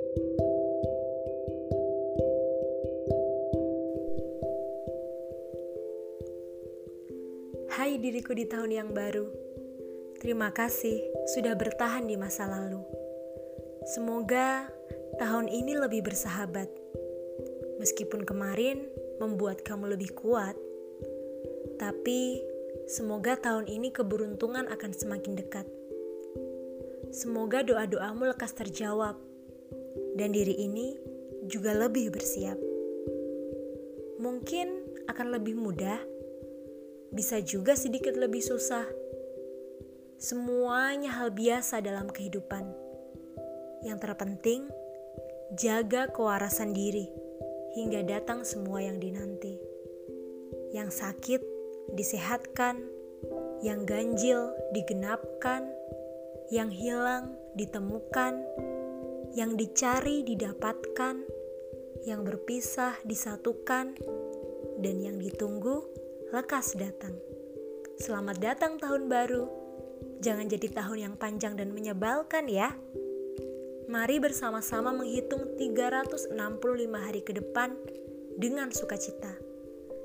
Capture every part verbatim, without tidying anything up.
Hai diriku di tahun yang baru. Terima kasih sudah bertahan di masa lalu. Semoga tahun ini lebih bersahabat. Meskipun kemarin membuat kamu lebih kuat, tapi semoga tahun ini keberuntungan akan semakin dekat. Semoga doa-doamu lekas terjawab, dan diri ini juga lebih bersiap. Mungkin akan lebih mudah, bisa juga sedikit lebih susah. Semuanya hal biasa dalam kehidupan. Yang terpenting, jaga kewarasan diri hingga datang semua yang dinanti. Yang sakit, disehatkan. Yang ganjil, digenapkan. Yang hilang, ditemukan. Yang dicari, didapatkan. Yang berpisah, disatukan. Dan yang ditunggu, lekas datang. Selamat datang tahun baru. Jangan jadi tahun yang panjang dan menyebalkan ya. Mari bersama-sama menghitung tiga ratus enam puluh lima hari ke depan dengan sukacita.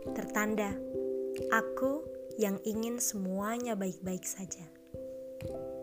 Tertanda, aku yang ingin semuanya baik-baik saja.